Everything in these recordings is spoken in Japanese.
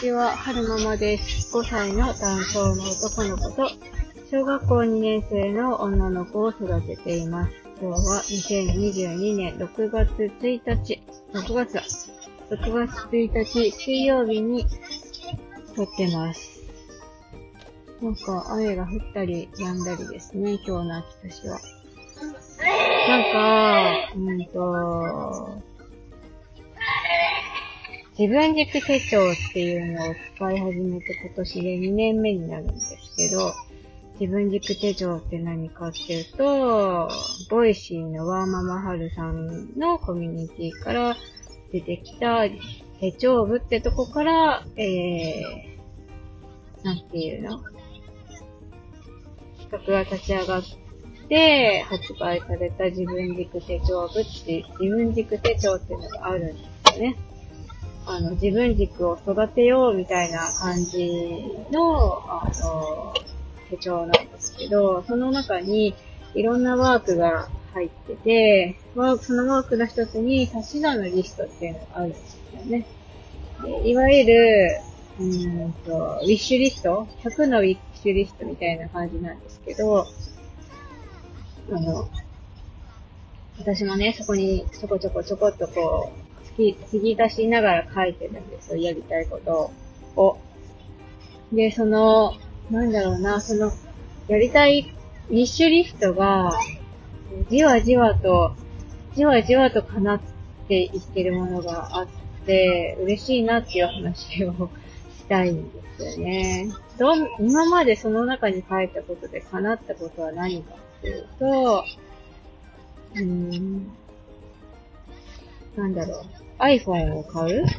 ちは、春ママです。5歳の男性の男の子と、小学校2年生の女の子を育てています。今日は2022年6月1日、6月1日水曜日に撮ってます。なんか雨が降ったり止んだりですね、今日の秋田市は。自分軸手帳っていうのを使い始めて今年で2年目になるんですけど、自分軸手帳って何かっていうと、ボイシーのワーママハルさんのコミュニティから出てきた手帳部ってとこから、なんていうの？企画が立ち上がって発売された自分軸手帳部って自分軸手帳っていうのがあるんですよね。自分軸を育てようみたいな感じの、手帳なんですけど、その中にいろんなワークが入ってて、そのワークの一つに足し算のリストっていうのがあるんですよね。いわゆる、ウィッシュリスト ?100 のウィッシュリストみたいな感じなんですけど、私もね、そこにちょこっとこう、継ぎ足しながら書いてるんですよ、やりたいことを。で、やりたいウィッシュリストが、じわじわと叶っていってるものがあって、嬉しいなっていう話をしたいんですよね。今までその中に書いたことで叶ったことは何かっていうと、iPhone を買う？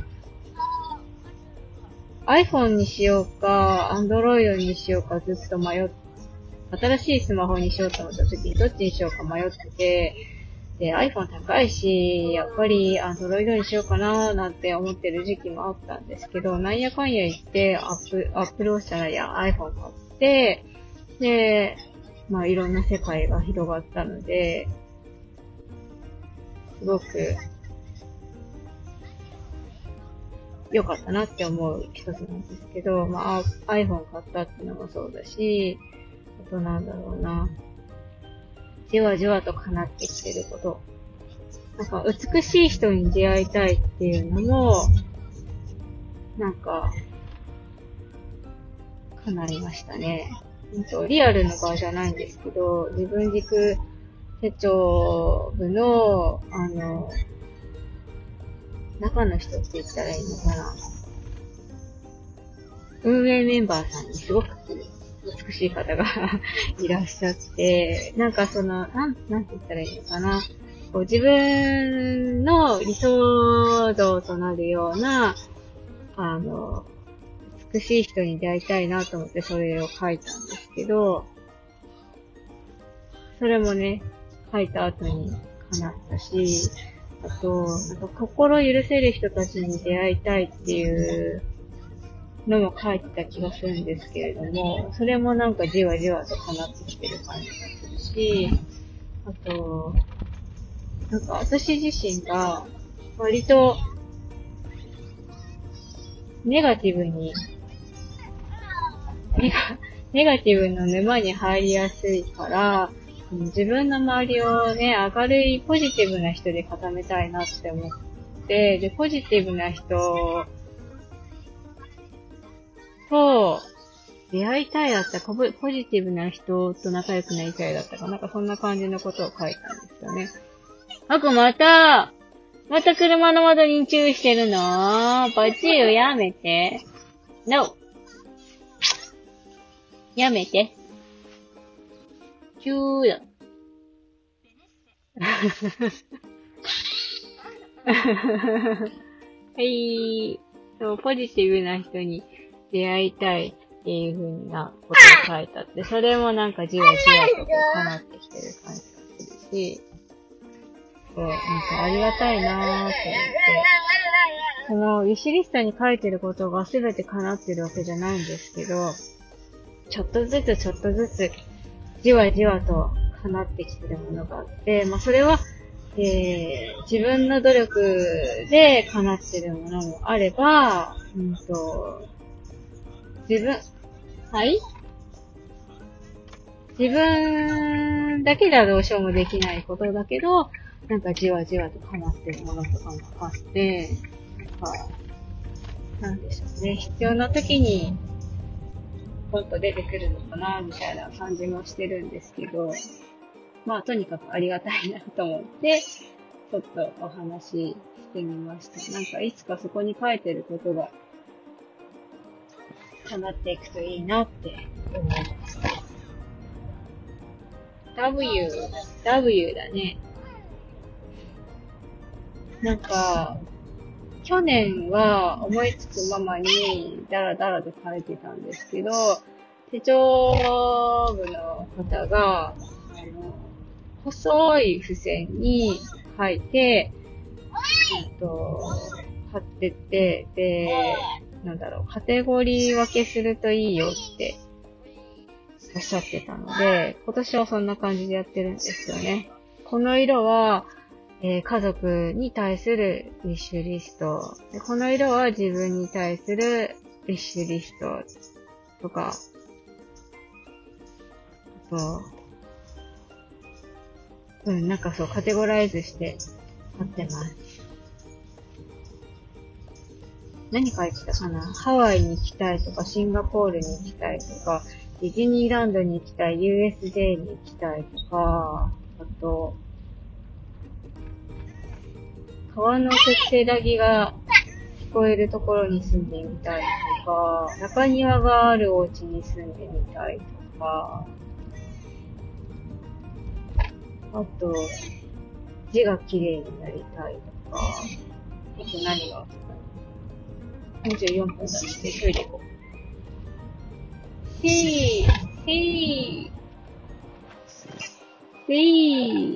iPhone にしようか、Android にしようかずっと新しいスマホにしようと思った時にどっちにしようか迷ってて、で、iPhone 高いし、やっぱり Android にしようかななんて思ってる時期もあったんですけど、なんやかんや言って、Apple Watch じゃないや、iPhone 買って、で、いろんな世界が広がったので、すごく良かったなって思う一つなんですけど、iPhone 買ったっていうのもそうだし、あとじわじわと叶ってきてること。美しい人に出会いたいっていうのも、叶いましたね。リアルの場じゃないんですけど、自分軸手帳部の、中の人って言ったらいいのかな。運営メンバーさんにすごく美しい方がいらっしゃって、なんて言ったらいいのかな。自分の理想像となるような、美しい人に出会いたいなと思ってそれを書いたんですけど、それもね、書いた後に叶ったし、あと、心許せる人たちに出会いたいっていうのも書いてた気がするんですけれども、それもじわじわと叶ってきてる感じがするし、あと、私自身が割とネガティブの沼に入りやすいから、自分の周りをね、明るいポジティブな人で固めたいなって思って、で、ポジティブな人と出会いたいだったか、ポジティブな人と仲良くなりたいだったか、そんな感じのことを書いたんですよね。また車の窓に注意してるの？バチューやめて。No! やめて。チューだ。はい。ポジティブな人に出会いたいっていう風なことを書いてあって、それもじわじわと叶ってきてる感じがするし、ありがたいなーって思って、そのウィッシュリストに書いてることが全て叶ってるわけじゃないんですけど、ちょっとずつ、じわじわと叶ってきてるものがあって、それは、自分の努力で叶ってるものもあれば、 はい、自分だけではどうしようもできないことだけど、なんかじわじわとハマってるものとかもあって、なんでしょうね。必要な時に、ポンと出てくるのかな、みたいな感じもしてるんですけど、まあ、とにかくありがたいなと思って、ちょっとお話ししてみました。なんか、いつかそこに書いてることが、叶っていくといいなって思います。W だね。なんか、去年は思いつくままにダラダラと書いてたんですけど、手帳部の方が、細い付箋に書いて、貼ってって、で、カテゴリー分けするといいよっておっしゃってたので、今年はそんな感じでやってるんですよね。この色は、家族に対するウィッシュリスト。で、この色は自分に対するウィッシュリストとか、なんかそう、カテゴライズして貼ってます。何書いてたかな？ハワイに行きたいとか、シンガポールに行きたいとか、ディズニーランドに行きたい、USJ に行きたいとか、あと、川のせせらぎが聞こえるところに住んでみたいとか、中庭があるお家に住んでみたいとか、あと、字が綺麗になりたいとか、あと何があったかな。24分だってトイレ行こう。せー。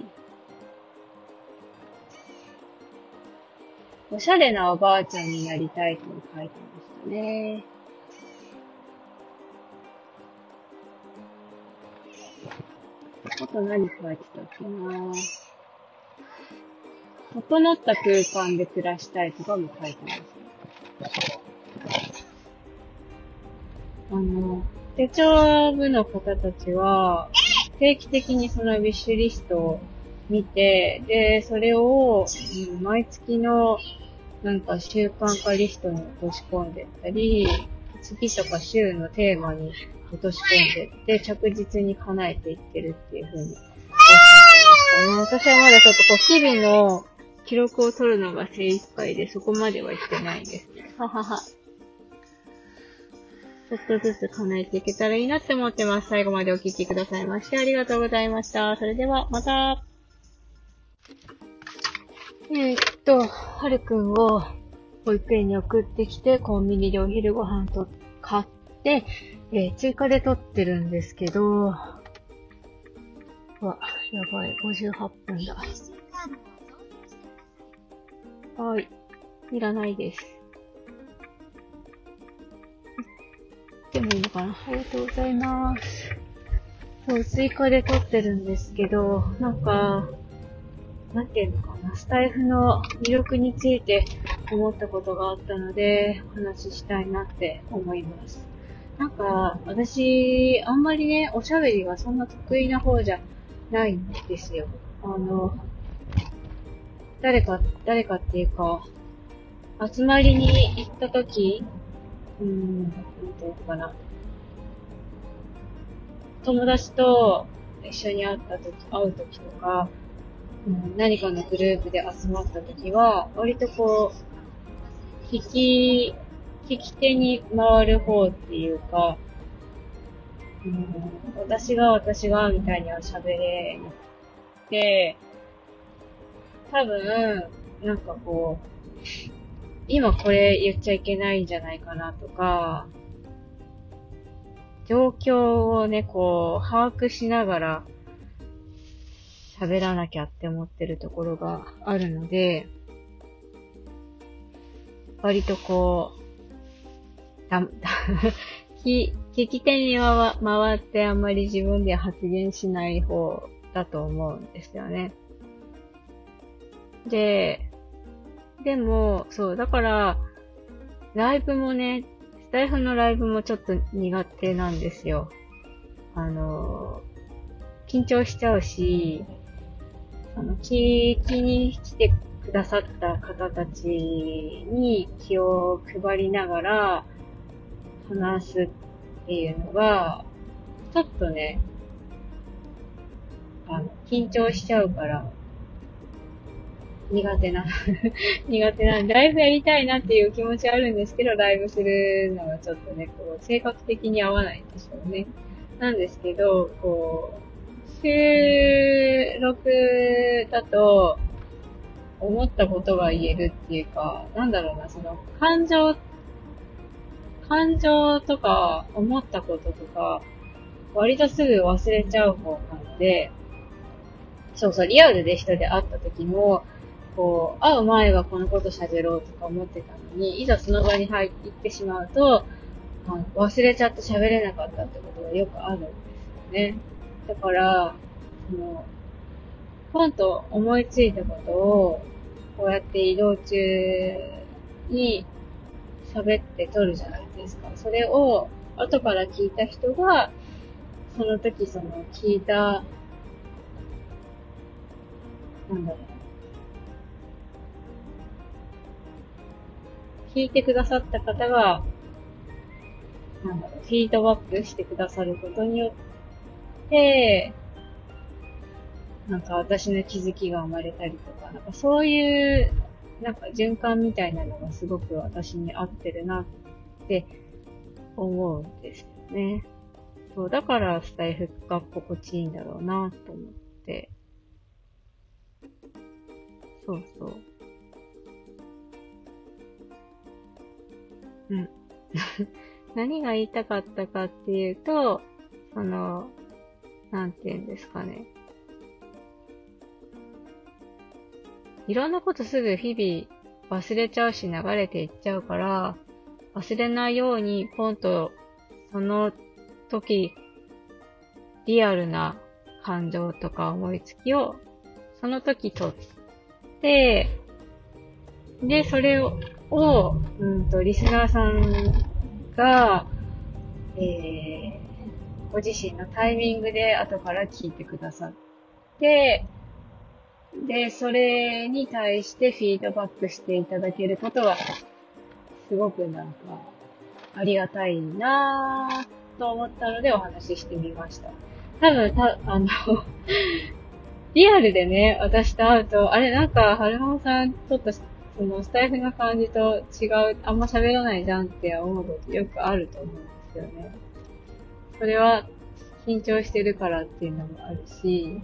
おしゃれなおばあちゃんになりたいと書いてましたね。あと何書いてたっけな。整った空間で暮らしたいとかも書いてます。手帳部の方たちは、定期的にそのウィッシュリストを見て、で、それを、毎月のなんか習慣化リストに落とし込んでったり、月とか週のテーマに落とし込んでって、着実に叶えていってるっていう風におっしゃってましたね。私はまだちょっと日々の記録を取るのが精一杯で、そこまでは行ってないんですね。ははは。ちょっとずつ叶えていけたらいいなって思ってます。最後までお聞きくださいましてありがとうございました。それでは、また。はるくんを保育園に送ってきて、コンビニでお昼ご飯と買って、追加で取ってるんですけど、やばい、58分だ。はい。いらないです。でもいいのかな？ありがとうございます。そう、追加で撮ってるんですけど、なんか、なんていうのかな、スタイフの魅力について思ったことがあったので、お話ししたいなって思います。なんか、私、あんまりね、おしゃべりがそんな得意な方じゃないんですよ。誰かっていうか、集まりに行った時、なんていうのかな。友達と一緒に会う時とか、何かのグループで集まった時は、割と聞き手に回る方っていうか、私がみたいには喋れなくて、多分、なんか今これ言っちゃいけないんじゃないかなとか、状況をね、把握しながら喋らなきゃって思ってるところがあるので、割と聞き手に回ってあんまり自分で発言しない方だと思うんですよね。でも、そう、だから、ライブもね、スタイフのライブもちょっと苦手なんですよ。緊張しちゃうし、聞きに来てくださった方たちに気を配りながら話すっていうのが、ちょっとね、緊張しちゃうから、苦手なライブやりたいなっていう気持ちはあるんですけど、ライブするのがちょっとね、性格的に合わないんでしょうね。なんですけど、収録だと、思ったことが言えるっていうか、なんだろうな、感情とか、思ったこととか、割とすぐ忘れちゃう方なので、そうそう、リアルで人で会った時も、会う前はこのこと喋ろうとか思ってたのに、いざその場に入ってしまうと、忘れちゃって喋れなかったってことがよくあるんですよね。だから、ポンと思いついたことを、こうやって移動中に喋って撮るじゃないですか。それを後から聞いた人が、その時聞いた、聞いてくださった方が、フィードバックしてくださることによって、私の気づきが生まれたりとか、そういう、循環みたいなのがすごく私に合ってるなって思うんですよね。そう、だからスタイフが心地いいんだろうなと思って。そうそう。うん。何が言いたかったかっていうと、なんて言うんですかね。いろんなことすぐ日々忘れちゃうし流れていっちゃうから、忘れないようにポンとその時リアルな感情とか思いつきをその時取って、で、それを、リスナーさんが、ご自身のタイミングで後から聞いてくださって、で、それに対してフィードバックしていただけることは、すごくありがたいなぁと思ったのでお話ししてみました。多分、リアルでね、私と会うと、あれはるまさん、ちょっと、スタイフの感じと違う、あんま喋らないじゃんって思うことよくあると思うんですよね。それは、緊張してるからっていうのもあるし、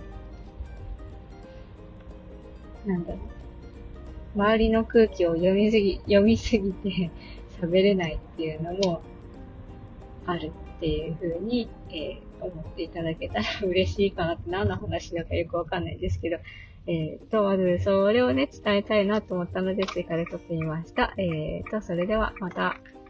周りの空気を読みすぎて喋れないっていうのもあるっていう風に、思っていただけたら嬉しいかなって、何の話だかよくわかんないですけど、まずそれをね、伝えたいなと思ったので、追加で撮ってみました。それではまた。